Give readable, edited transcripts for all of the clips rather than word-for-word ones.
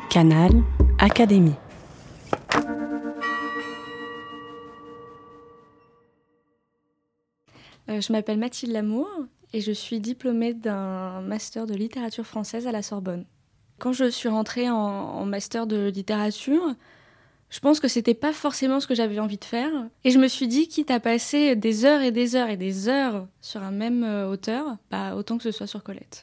Canal Académie. Je m'appelle Mathilde Lamour et je suis diplômée d'un master de littérature française à la Sorbonne. Quand je suis rentrée en master de littérature, je pense que c'était pas forcément ce que j'avais envie de faire. Et je me suis dit, quitte à passer des heures et des heures et des heures sur un même auteur, autant que ce soit sur Colette.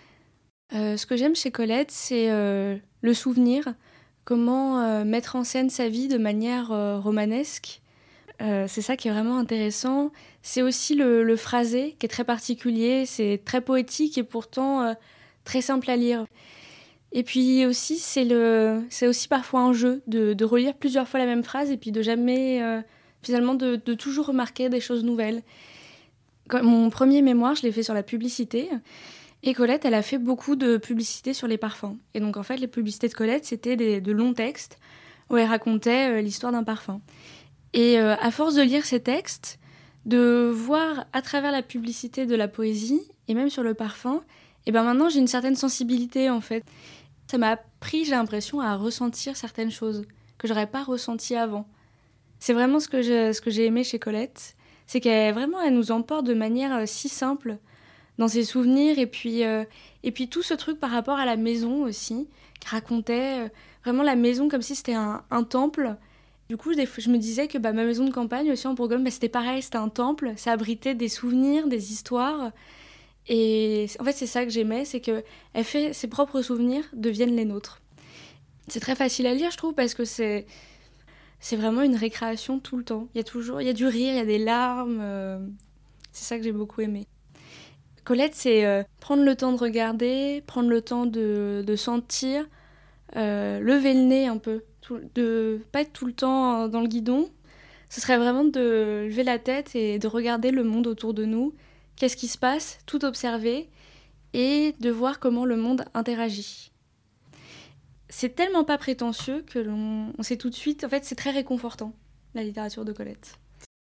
Ce que j'aime chez Colette, c'est le souvenir, comment mettre en scène sa vie de manière romanesque. C'est ça qui est vraiment intéressant. C'est aussi le phrasé qui est très particulier, c'est très poétique et pourtant très simple à lire. Et puis aussi, c'est aussi parfois un jeu de relire plusieurs fois la même phrase et puis de jamais, finalement, de toujours remarquer des choses nouvelles. Mon premier mémoire, je l'ai fait sur la publicité. Et Colette, elle a fait beaucoup de publicités sur les parfums. Et donc, en fait, les publicités de Colette, c'était de longs textes où elle racontait l'histoire d'un parfum. Et à force de lire ces textes, de voir à travers la publicité de la poésie, et même sur le parfum, et ben maintenant, j'ai une certaine sensibilité, en fait. Ça m'a appris, j'ai l'impression, à ressentir certaines choses que j'aurais pas ressenties avant. C'est vraiment ce que j'ai aimé chez Colette, c'est elle nous emporte de manière si simple dans ses souvenirs, et puis tout ce truc par rapport à la maison aussi, qui racontait vraiment la maison comme si c'était un temple. Du coup, je me disais que ma maison de campagne aussi en Bourgogne, c'était pareil, c'était un temple, ça abritait des souvenirs, des histoires. Et en fait, c'est ça que j'aimais, c'est qu'elle fait ses propres souvenirs deviennent les nôtres. C'est très facile à lire, je trouve, parce que c'est vraiment une récréation tout le temps. Il y a du rire, il y a des larmes. C'est ça que j'ai beaucoup aimé. Colette, c'est prendre le temps de regarder, prendre le temps de sentir, lever le nez un peu, de pas être tout le temps dans le guidon. Ce serait vraiment de lever la tête et de regarder le monde autour de nous. Qu'est-ce qui se passe, tout observer et de voir comment le monde interagit. C'est tellement pas prétentieux que l'on sait tout de suite. En fait, c'est très réconfortant, la littérature de Colette.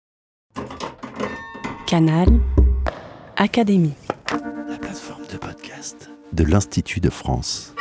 Canal Académie. La plateforme de podcast de l'Institut de France.